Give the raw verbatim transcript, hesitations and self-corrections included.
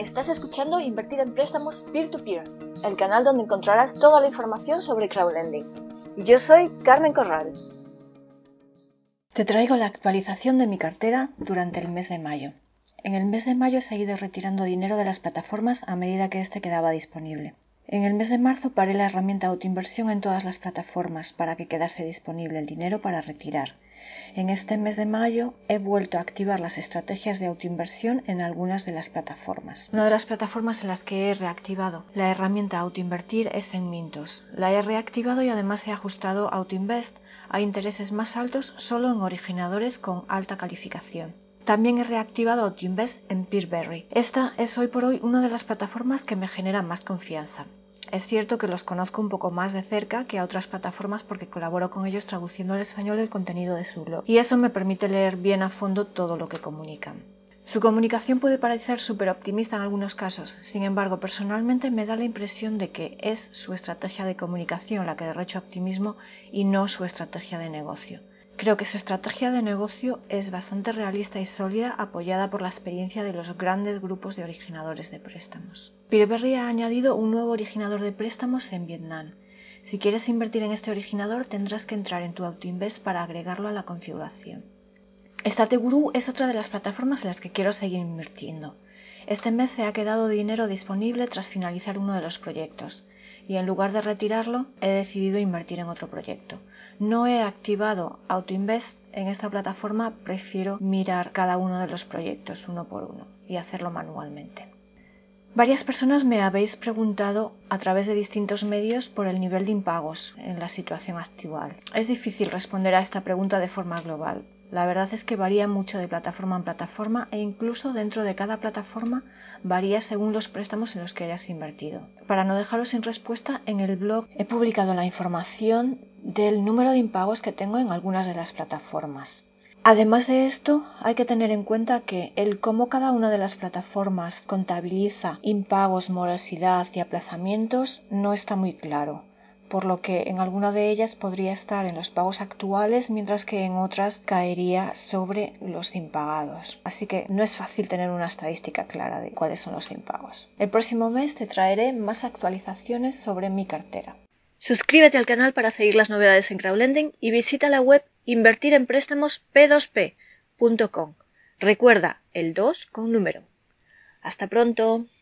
Estás escuchando Invertir en Préstamos Peer-to-Peer, el canal donde encontrarás toda la información sobre crowdlending. Y yo soy Carmen Corral. Te traigo la actualización de mi cartera durante el mes de mayo. En el mes de mayo he seguido retirando dinero de las plataformas a medida que éste quedaba disponible. En el mes de marzo paré la herramienta autoinversión en todas las plataformas para que quedase disponible el dinero para retirar. En este mes de mayo he vuelto a activar las estrategias de autoinversión en algunas de las plataformas. Una de las plataformas en las que he reactivado la herramienta autoinvertir es en Mintos. La he reactivado y además he ajustado AutoInvest a intereses más altos solo en originadores con alta calificación. También he reactivado AutoInvest en Peerberry. Esta es hoy por hoy una de las plataformas que me genera más confianza. Es cierto que los conozco un poco más de cerca que a otras plataformas porque colaboro con ellos traduciendo al español el contenido de su blog, y eso me permite leer bien a fondo todo lo que comunican. Su comunicación puede parecer súper optimista en algunos casos, sin embargo personalmente me da la impresión de que es su estrategia de comunicación la que derrocha optimismo y no su estrategia de negocio. Creo que su estrategia de negocio es bastante realista y sólida, apoyada por la experiencia de los grandes grupos de originadores de préstamos. Peerberry ha añadido un nuevo originador de préstamos en Vietnam. Si quieres invertir en este originador, tendrás que entrar en tu AutoInvest para agregarlo a la configuración. StateGuru es otra de las plataformas en las que quiero seguir invirtiendo. Este mes se ha quedado dinero disponible tras finalizar uno de los proyectos, y en lugar de retirarlo, he decidido invertir en otro proyecto. No he activado AutoInvest en esta plataforma, prefiero mirar cada uno de los proyectos uno por uno y hacerlo manualmente. Varias personas me habéis preguntado a través de distintos medios por el nivel de impagos en la situación actual. Es difícil responder a esta pregunta de forma global. La verdad es que varía mucho de plataforma en plataforma e incluso dentro de cada plataforma varía según los préstamos en los que hayas invertido. Para no dejaros sin respuesta, en el blog he publicado la información del número de impagos que tengo en algunas de las plataformas. Además de esto, hay que tener en cuenta que el cómo cada una de las plataformas contabiliza impagos, morosidad y aplazamientos no está muy claro, por lo que en alguna de ellas podría estar en los pagos actuales, mientras que en otras caería sobre los impagados. Así que no es fácil tener una estadística clara de cuáles son los impagos. El próximo mes te traeré más actualizaciones sobre mi cartera. Suscríbete al canal para seguir las novedades en crowdlending y visita la web invertir en préstamos p dos p punto com. Recuerda, el dos con número. Hasta pronto.